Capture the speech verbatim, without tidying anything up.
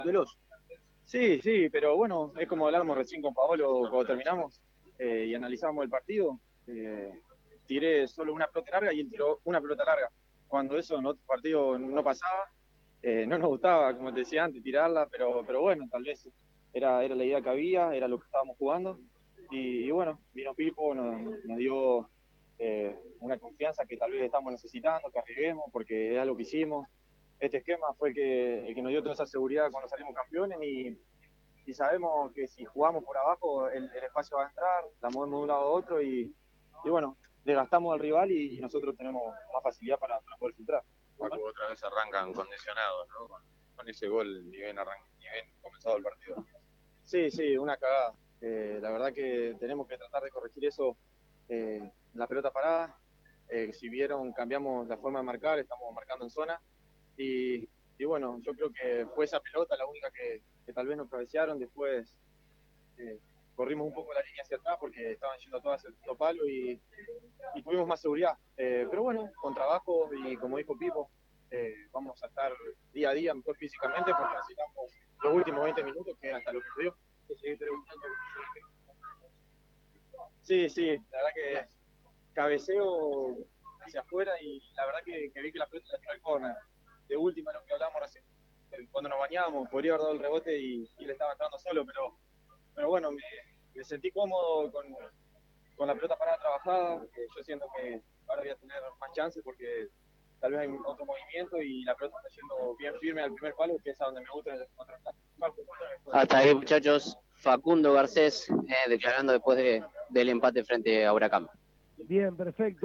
Veloz. Sí, sí, pero bueno, es como hablábamos recién con Paolo cuando terminamos eh, y analizamos el partido. Eh, tiré solo una pelota larga y él tiró una pelota larga. Cuando eso en otro partido no pasaba, eh, no nos gustaba, como te decía antes, tirarla, pero, pero bueno, tal vez era, era la idea que había, era lo que estábamos jugando. Y, y bueno, vino Pipo, nos, nos dio eh, una confianza que tal vez estamos necesitando, que arriesguemos, porque es algo que hicimos. Este esquema fue el que, el que nos dio toda esa seguridad cuando salimos campeones y, y sabemos que si jugamos por abajo el, el espacio va a entrar, la movemos de un lado a otro y, y bueno, desgastamos al rival y, y nosotros tenemos más facilidad para, para poder filtrar. Paco, otra vez arrancan condicionados, ¿no? Con, con ese gol ni bien, arran ni bien comenzado el partido. Sí, sí, una cagada. Eh, la verdad que tenemos que tratar de corregir eso eh, en la pelota parada. Eh, si vieron, cambiamos la forma de marcar, estamos marcando en zona. Y, y bueno, yo creo que fue esa pelota la única que, que tal vez nos cabecearon. Después eh, corrimos un poco la línea hacia atrás porque estaban yendo todas el segundo palo y, y tuvimos más seguridad. Eh, pero bueno, con trabajo y como dijo Pipo, eh, vamos a estar día a día mejor físicamente porque necesitamos los últimos veinte minutos que hasta lo que dio. Sí, sí, la verdad que cabeceo hacia afuera y la verdad que, que vi que la pelota la al corner. De última, lo que hablábamos recién, cuando nos bañábamos, podría haber dado el rebote y, y le estaba entrando solo, pero, pero bueno, me, me sentí cómodo con, con la pelota parada trabajada. Eh, yo siento que ahora voy a tener más chances porque tal vez hay otro movimiento y la pelota está yendo bien firme al primer palo, que es a donde me gusta el contraataque. Hasta ahí, muchachos. Facundo Garcés eh, declarando después de, del empate frente a Huracán. Bien, perfecto.